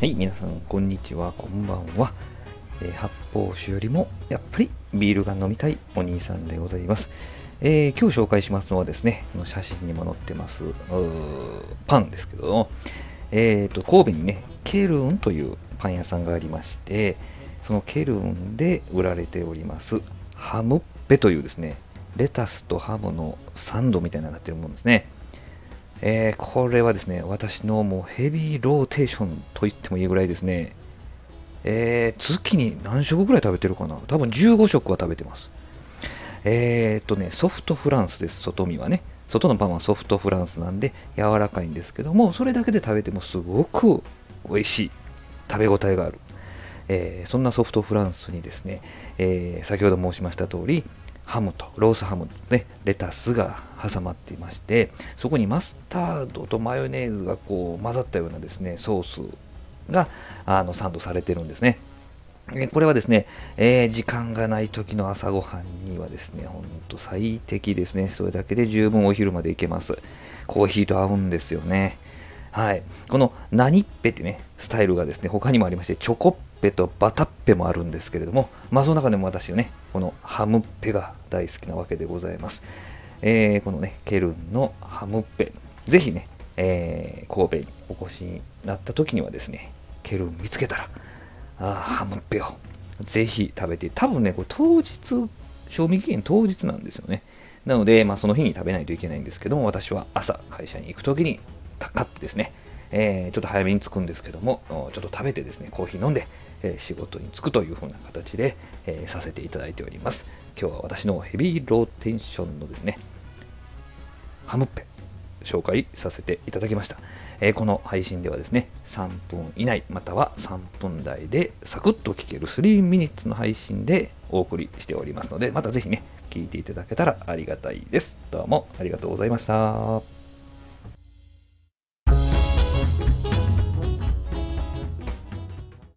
はい、皆さん、こんにちは、こんばんは。発泡酒よりも、やっぱりビールが飲みたいお兄さんでございます。今日紹介しますのはですね、写真にも載ってます、パンですけども、神戸にね、ケルンというパン屋さんがありまして、そのケルンで売られております、ハムッペというですね、レタスとハムのサンドみたいになっているものですね。これはですね、私のもうヘビーローテーションと言ってもいいぐらいですね、月に何食ぐらい食べてるかな、多分15食は食べてます。ソフトフランスです、外見はね。外のパンはソフトフランスなんで柔らかいんですけども、それだけで食べてもすごく美味しい、食べ応えがある。そんなソフトフランスにですね、先ほど申しました通り、ハムとロースハムとね、レタスが挟まっていまして、そこにマスタードとマヨネーズがこう混ざったようなですね、ソースがサンドされてるんですね。これはですね、時間がない時の朝ごはんにはですね、ほんと最適ですね。それだけで十分お昼までいけます。コーヒーと合うんですよね。はい。この何っぺってね、スタイルがですね、他にもありまして、チョコッペとバタッペもあるんですけれども、まあその中でも私はね、このハムッペが大好きなわけでございます。このね、ケルンのハムッペ、ぜひね、神戸にお越しになった時にはですね、ケルン見つけたら、ハムッペをぜひ食べて、多分ね、これ当日、賞味期限当日なんですよね。なので、まあ、その日に食べないといけないんですけども、私は朝会社に行くときに買ってですね、ちょっと早めに着くんですけども、ちょっと食べてですね、コーヒー飲んで、仕事に就くという風な形で、させていただいております。今日は私のヘビーローテンションのですね、ハムッペ紹介させていただきました。この配信ではですね、3分以内または3分台でサクッと聞ける3ミニッツの配信でお送りしておりますので、またぜひね、聞いていただけたらありがたいです。どうもありがとうございました。